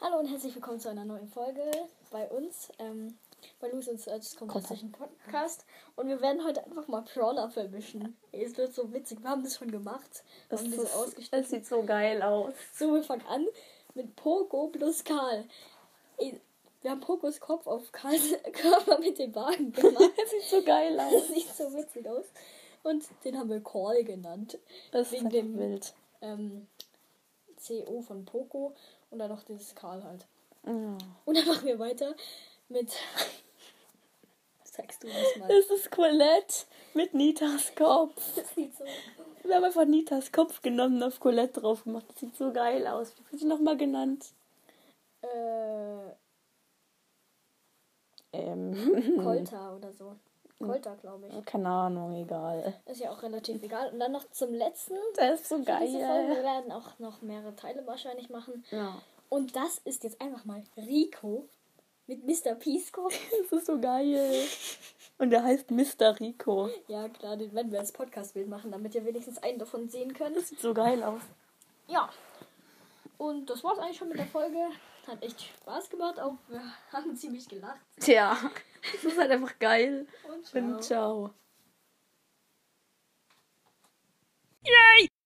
Hallo und herzlich willkommen zu einer neuen Folge bei uns, bei Lose und Search Conversation Podcast. Und wir werden heute einfach mal Brawler vermischen. Es wird so witzig, wir haben das schon gemacht. Das sieht so geil aus. So, wir fangen an mit Poco plus Karl. Wir haben Pocos Kopf auf Karls Körper mit dem Wagen gemacht. Das sieht so geil aus. Das sieht so witzig aus. Und den haben wir Call genannt. Das wegen ist dem wild. CO von Poco und dann noch dieses Karl halt. Ja. Und dann machen wir weiter mit... Sagst du das mal? Das ist Colette mit Nitas Kopf. Das sieht so... Wir haben einfach Nitas Kopf genommen und auf Colette drauf gemacht. Das sieht so geil aus. Wie wird sie nochmal genannt? Kolta oder so. Kolta, glaube ich. Keine Ahnung, egal. Ist ja auch relativ egal. Und dann noch zum letzten. Das ist so für diese Folge. Wir geil. werden auch noch mehrere Teile wahrscheinlich machen. Ja. Und das ist jetzt einfach mal Rico mit Mr. Pisco. Das ist so geil. Und der heißt Mr. Rico. Ja, klar, den werden wir als Podcast-Bild machen, damit ihr wenigstens einen davon sehen könnt. Das sieht so geil aus. Ja. Und das war's eigentlich schon mit der Folge. Hat echt Spaß gemacht, auch wir haben ziemlich gelacht. Tja, das ist halt einfach geil. Und ciao. Und ciao.